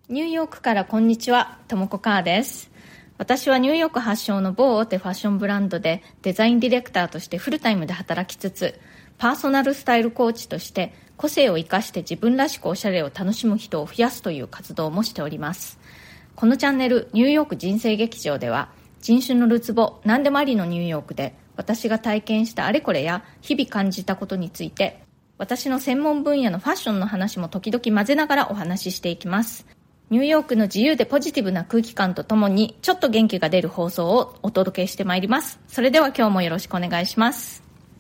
ニューヨークからこんにちは、ともこかーです。私はニューヨーク発祥の某大手ファッションブランドでデザインディレクターとしてフルタイムで働きつつ、パーソナルスタイルコーチとして個性を生かして自分らしくおしゃれを楽しむ人を増やすという活動もしております。このチャンネルニューヨーク人生劇場では、人種のるつぼ何でもありのニューヨークで私が体験したあれこれや日々感じたことについて、私の専門分野のファッションの話も時々混ぜながらお話ししていきます。ニューヨークの自由でポジティブな空気感とともにちょっと元気が出る放送をお届けしてまいります。それでは今日もよろしくお願いします。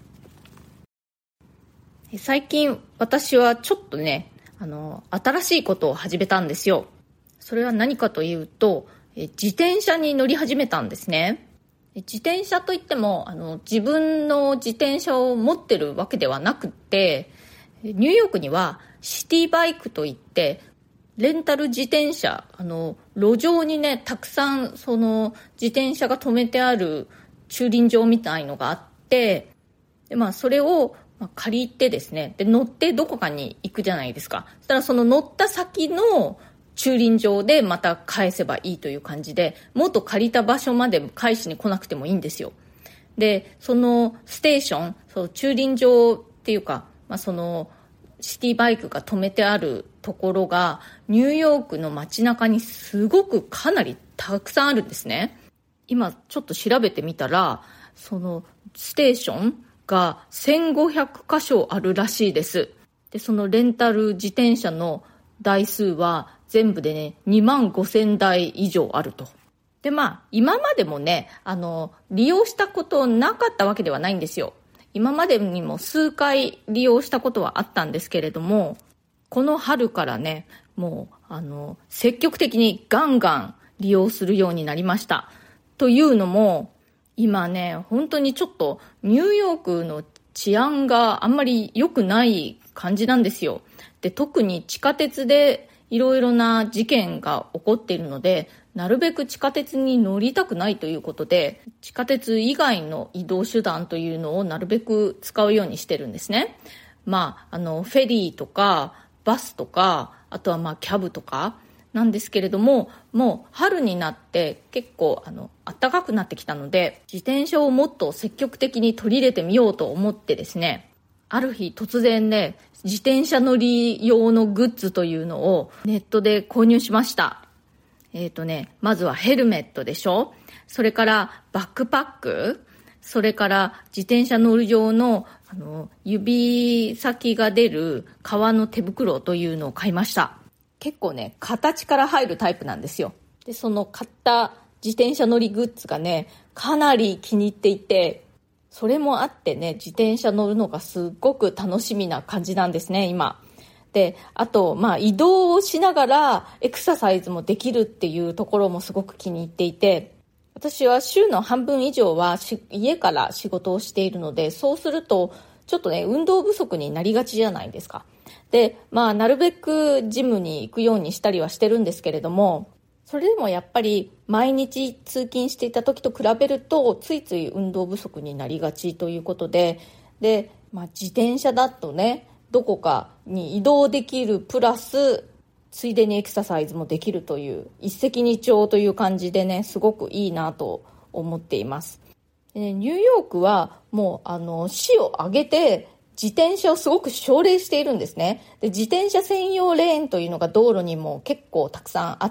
最近私はちょっとね、新しいことを始めたんですよ。それは何かというと、自転車に乗り始めたんですね。自転車といっても自分の自転車を持ってるわけではなくて、ニューヨークにはシティバイクといってレンタル自転車、路上にねたくさんその自転車が止めてある駐輪場みたいのがあって、でそれを借りてですね、で乗ってどこかに行くじゃないですか。そしたらその乗った先の駐輪場でまた返せばいいという感じで、もっと借りた場所まで返しに来なくてもいいんですよ。でそのステーション、そう駐輪場っていうか、そのシティバイクが止めてあるところがニューヨークの街中にすごくかなりたくさんあるんですね。今ちょっと調べてみたら、そのステーションが1500箇所あるらしいです。でそのレンタル自転車の台数は全部でね25000台以上あると。で今までもね利用したことなかったわけではないんですよ。今までにも数回利用したことはあったんですけれども、この春からねもう積極的にガンガン利用するようになりました。というのも今ね本当にちょっとニューヨークの治安があんまり良くない感じなんですよ。で特に地下鉄でいろいろな事件が起こっているので、なるべく地下鉄に乗りたくないということで、地下鉄以外の移動手段というのをなるべく使うようにしてるんですね。フェリーとかバスとか、あとはキャブとかなんですけれども、もう春になって結構暖かくなってきたので、自転車をもっと積極的に取り入れてみようと思ってですね、ある日突然ね自転車乗り用のグッズというのをネットで購入しました。まずはヘルメットでしょ。それからバックパック、それから自転車乗る用の指先が出る革の手袋というのを買いました。結構ね形から入るタイプなんですよ。でその買った自転車乗りグッズがねかなり気に入っていて、それもあってね自転車乗るのがすっごく楽しみな感じなんですね今で。あと移動をしながらエクササイズもできるっていうところもすごく気に入っていて、私は週の半分以上は家から仕事をしているので、そうするとちょっとね運動不足になりがちじゃないですか。でなるべくジムに行くようにしたりはしてるんですけれども、それでもやっぱり毎日通勤していた時と比べるとついつい運動不足になりがちということで、自転車だとねどこかに移動できるプラスついでにエクササイズもできるという一石二鳥という感じでねすごくいいなと思っています。でニューヨークはもう市を挙げて自転車をすごく奨励しているんですね。で自転車専用レーンというのが道路にも結構たくさんあって、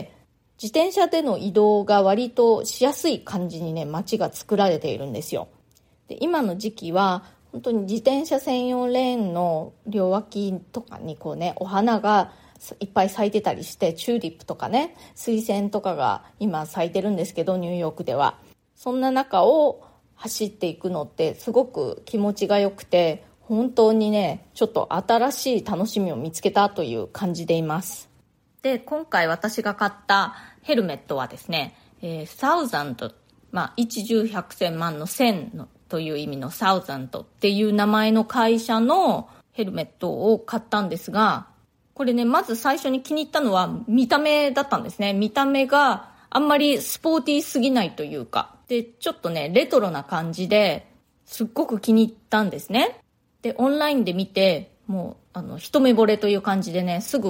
自転車での移動が割としやすい感じにね街が作られているんですよ。で今の時期は本当に自転車専用レーンの両脇とかにこうねお花がいっぱい咲いてたりして、チューリップとかね水仙とかが今咲いてるんですけど、ニューヨークではそんな中を走っていくのってすごく気持ちが良くて、本当にねちょっと新しい楽しみを見つけたという感じでいます。で今回私が買ったヘルメットはですね、サウザント、一十百千万の千のという意味のサウザントっていう名前の会社のヘルメットを買ったんですが、これねまず最初に気に入ったのは見た目だったんですね。見た目があんまりスポーティーすぎないというか、でちょっとねレトロな感じですっごく気に入ったんですね。でオンラインで見てもう一目惚れという感じでねすぐ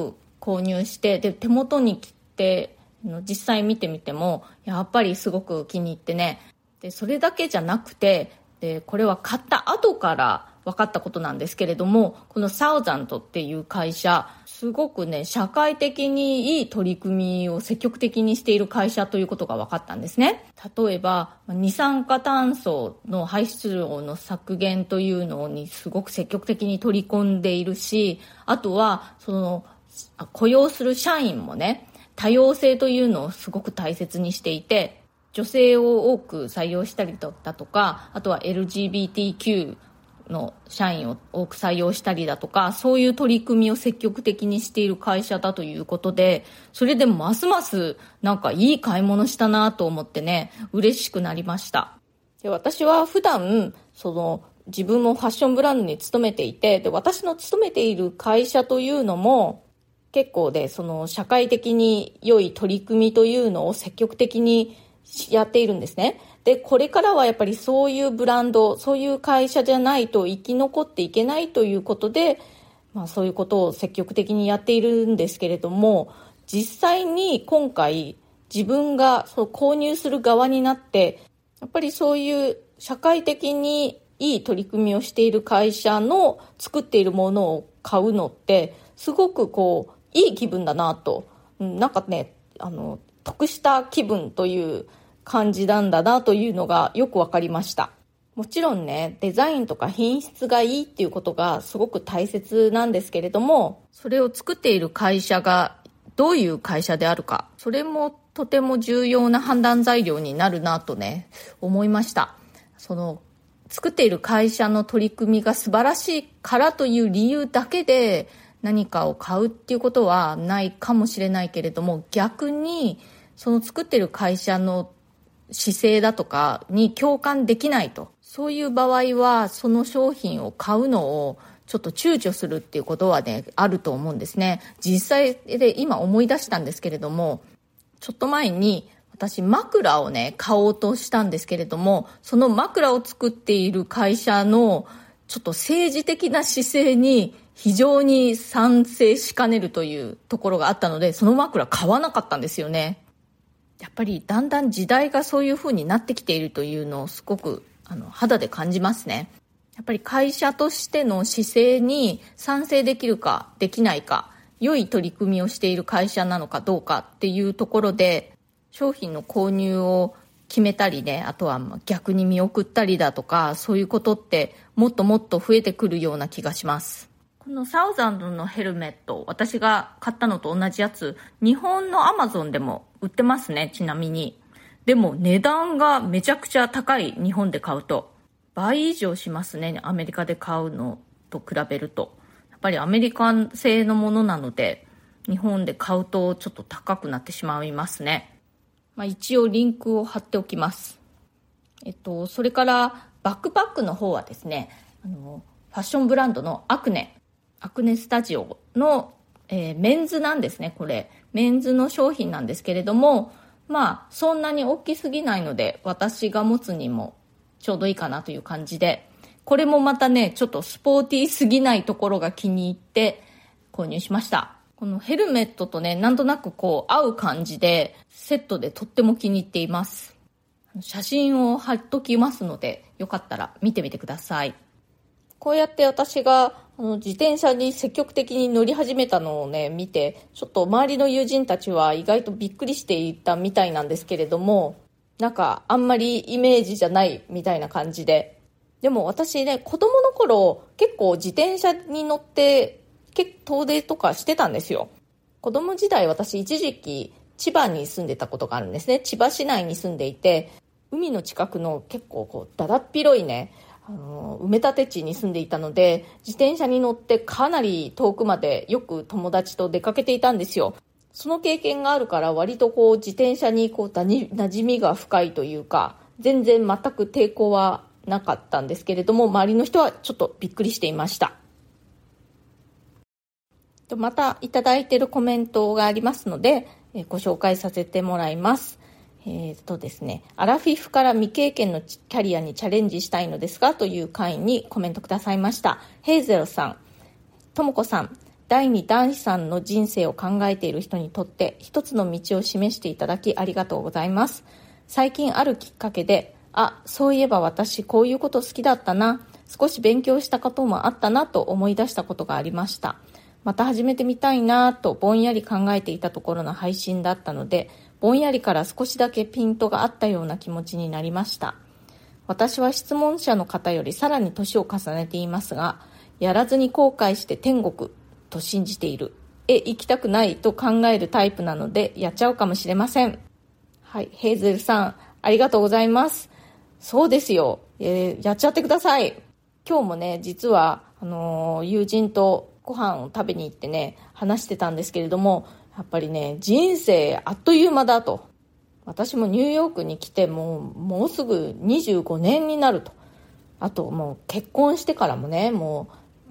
購入して、で手元に来て実際見てみてもやっぱりすごく気に入ってね、でそれだけじゃなくて、でこれは買った後から分かったことなんですけれども、このサウザントっていう会社、すごくね社会的にいい取り組みを積極的にしている会社ということが分かったんですね。例えば二酸化炭素の排出量の削減というのにすごく積極的に取り込んでいるし、あとはその雇用する社員もね、多様性というのをすごく大切にしていて、女性を多く採用したりだとか、あとは LGBTQ の社員を多く採用したりだとか、そういう取り組みを積極的にしている会社だということで、それでますますなんかいい買い物したなと思ってね、嬉しくなりました。で私は普段自分もファッションブランドに勤めていて、で私の勤めている会社というのも結構で社会的に良い取り組みというのを積極的にやっているんですね。でこれからはやっぱりそういうブランド、そういう会社じゃないと生き残っていけないということで、そういうことを積極的にやっているんですけれども、実際に今回自分が購入する側になって、やっぱりそういう社会的にいい取り組みをしている会社の作っているものを買うのってすごくいい気分だなと、なんかね得した気分という感じなんだなというのがよくわかりました。もちろんね、デザインとか品質がいいっていうことがすごく大切なんですけれども、それを作っている会社がどういう会社であるか、それもとても重要な判断材料になるなとね思いました。作っている会社の取り組みが素晴らしいからという理由だけで何かを買うっていうことはないかもしれないけれども、逆に作っている会社の姿勢だとかに共感できないと、そういう場合はその商品を買うのをちょっと躊躇するっていうことはねあると思うんですね。実際で今思い出したんですけれども、ちょっと前に私枕をね買おうとしたんですけれども、その枕を作っている会社のちょっと政治的な姿勢に非常に賛成しかねるというところがあったので、その枕買わなかったんですよね。やっぱりだんだん時代がそういう風になってきているというのをすごく肌で感じますね。やっぱり会社としての姿勢に賛成できるかできないか、良い取り組みをしている会社なのかどうかっていうところで商品の購入を決めたりね、あとは逆に見送ったりだとか、そういうことってもっともっと増えてくるような気がします。このサウザンドのヘルメット、私が買ったのと同じやつ、日本のアマゾンでも売ってますね、ちなみに。でも値段がめちゃくちゃ高い。日本で買うと倍以上しますね、アメリカで買うのと比べると。やっぱりアメリカ製のものなので日本で買うとちょっと高くなってしまいますね。一応リンクを貼っておきます。それからバックパックの方はですね、ファッションブランドのアクネスタジオの、メンズなんですね。これメンズの商品なんですけれども、そんなに大きすぎないので私が持つにもちょうどいいかなという感じで、これもまたねちょっとスポーティーすぎないところが気に入って購入しました。このヘルメットとねなんとなく合う感じでセットでとっても気に入っています。写真を貼っときますのでよかったら見てみてください。こうやって私が自転車に積極的に乗り始めたのをね見て、ちょっと周りの友人たちは意外とびっくりしていたみたいなんですけれども、なんかあんまりイメージじゃないみたいな感じで、でも私ね子供の頃結構自転車に乗って遠出とかしてたんですよ。子供時代私一時期千葉に住んでたことがあるんですね。千葉市内に住んでいて、海の近くの結構だだっ広いね埋め立て地に住んでいたので、自転車に乗ってかなり遠くまでよく友達と出かけていたんですよ。その経験があるから割と自転車に馴染みが深いというか、全然全く抵抗はなかったんですけれども、周りの人はちょっとびっくりしていました。またいただいているコメントがありますので、ご紹介させてもらいます。ですね、アラフィフから未経験のキャリアにチャレンジしたいのですがという会にコメントくださいました。ヘイゼロさん、ともこさん、 第二第三の人生を考えている人にとって一つの道を示していただきありがとうございます。最近あるきっかけで、そういえば私こういうこと好きだったな、少し勉強したこともあったなと思い出したことがありました。また始めてみたいなとぼんやり考えていたところの配信だったので、ぼんやりから少しだけピントがあったような気持ちになりました。私は質問者の方よりさらに年を重ねていますが、やらずに後悔して天国と信じている、行きたくないと考えるタイプなのでやっちゃうかもしれません。はい、ヘイゼルさんありがとうございます。そうですよ、やっちゃってください。今日もね、実は友人とご飯を食べに行ってね、話してたんですけれども、やっぱりね、人生あっという間だと。私もニューヨークに来てもうすぐ25年になると。あともう結婚してからもね、もう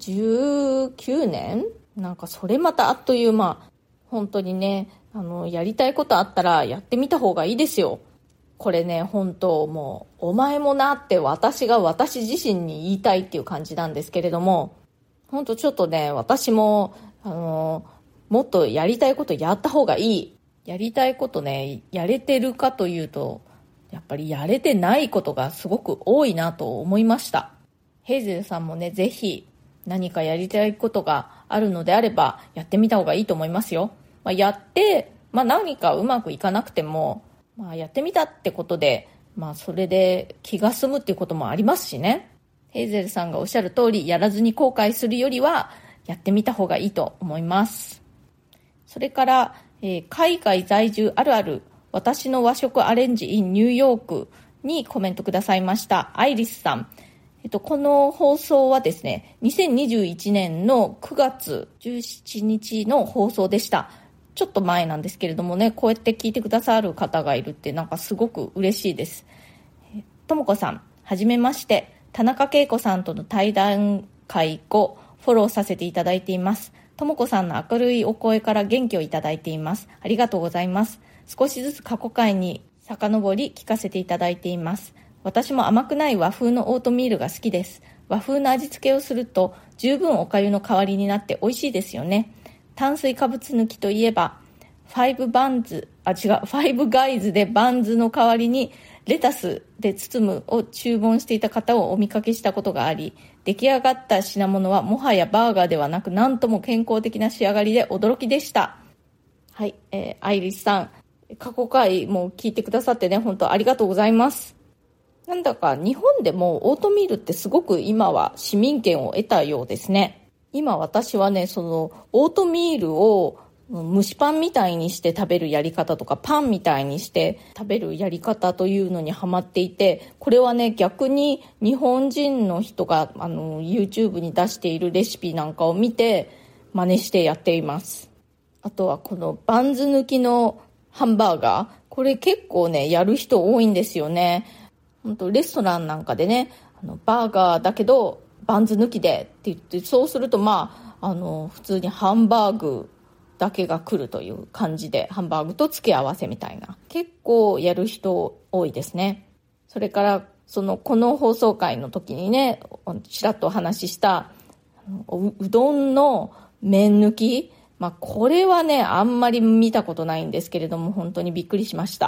19年、なんかそれまたあっという間。本当にね、やりたいことあったらやってみた方がいいですよ。これね、本当もうお前もなって私が私自身に言いたいっていう感じなんですけれども、本当ちょっとね、私ももっとやりたいことやった方がいい。やりたいことね、やれてるかというと、やっぱりやれてないことがすごく多いなと思いました。ヘイゼルさんもね、ぜひ何かやりたいことがあるのであればやってみた方がいいと思いますよ。やって、何かうまくいかなくても、やってみたってことで、それで気が済むっていうこともありますしね。ヘイゼルさんがおっしゃる通り、やらずに後悔するよりはやってみた方がいいと思います。それから、海外在住あるある私の和食アレンジ in ニューヨークにコメントくださいましたアイリスさん。この放送はですね、2021年の9月17日の放送でした。ちょっと前なんですけれどもね、こうやって聞いてくださる方がいるってなんかすごく嬉しいです。ともこさん、はじめまして。田中恵子さんとの対談会後、フォローさせていただいています。ともこさんの明るいお声から元気をいただいています。ありがとうございます。少しずつ過去回に遡り聞かせていただいています。私も甘くない和風のオートミールが好きです。和風の味付けをすると十分お粥の代わりになって美味しいですよね。炭水化物抜きといえばファイブガイズでバンズの代わりにレタスで包むを注文していた方をお見かけしたことがあり、出来上がった品物はもはやバーガーではなく、なんとも健康的な仕上がりで驚きでした。はい、アイリスさん、過去回も聞いてくださってね、本当ありがとうございます。なんだか日本でもオートミールってすごく今は市民権を得たようですね。今私はね、そのオートミールを蒸しパンみたいにして食べるやり方とか、パンみたいにして食べるやり方というのにハマっていて、これはね、逆に日本人の人がYouTube に出しているレシピなんかを見て真似してやっています。あとはこのバンズ抜きのハンバーガー、これ結構ねやる人多いんですよね。本当レストランなんかでね、バーガーだけどバンズ抜きでって言って、そうすると普通にハンバーグだけが来るという感じで、ハンバーグと付け合わせみたいな、結構やる人多いですね。それからこの放送回の時にね、ちらっとお話ししたうどんの麺抜き、これはねあんまり見たことないんですけれども、本当にびっくりしました。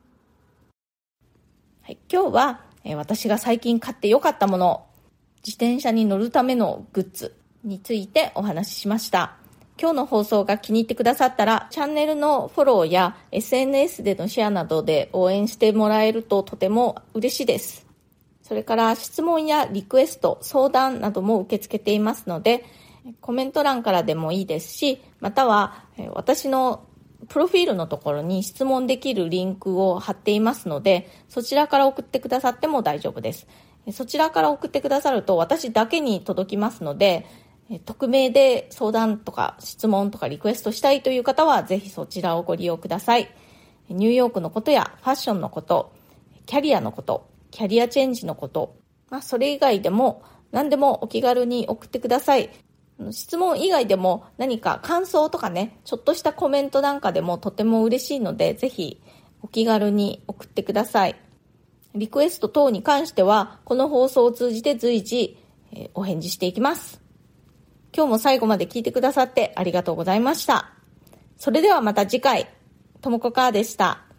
はい、今日は私が最近買ってよかったもの、自転車に乗るためのグッズについてお話ししました。今日の放送が気に入ってくださったら、チャンネルのフォローや SNS でのシェアなどで応援してもらえるととても嬉しいです。それから質問やリクエスト、相談なども受け付けていますので、コメント欄からでもいいですし、または私のプロフィールのところに質問できるリンクを貼っていますので、そちらから送ってくださっても大丈夫です。そちらから送ってくださると私だけに届きますので、匿名で相談とか質問とかリクエストしたいという方はぜひそちらをご利用ください。ニューヨークのことやファッションのこと、キャリアのこと、キャリアチェンジのこと、それ以外でも何でもお気軽に送ってください。質問以外でも何か感想とかね、ちょっとしたコメントなんかでもとても嬉しいので、ぜひお気軽に送ってください。リクエスト等に関してはこの放送を通じて随時お返事していきます。 今日も最後まで聞いてくださってありがとうございました。それではまた次回、ともこかーでした。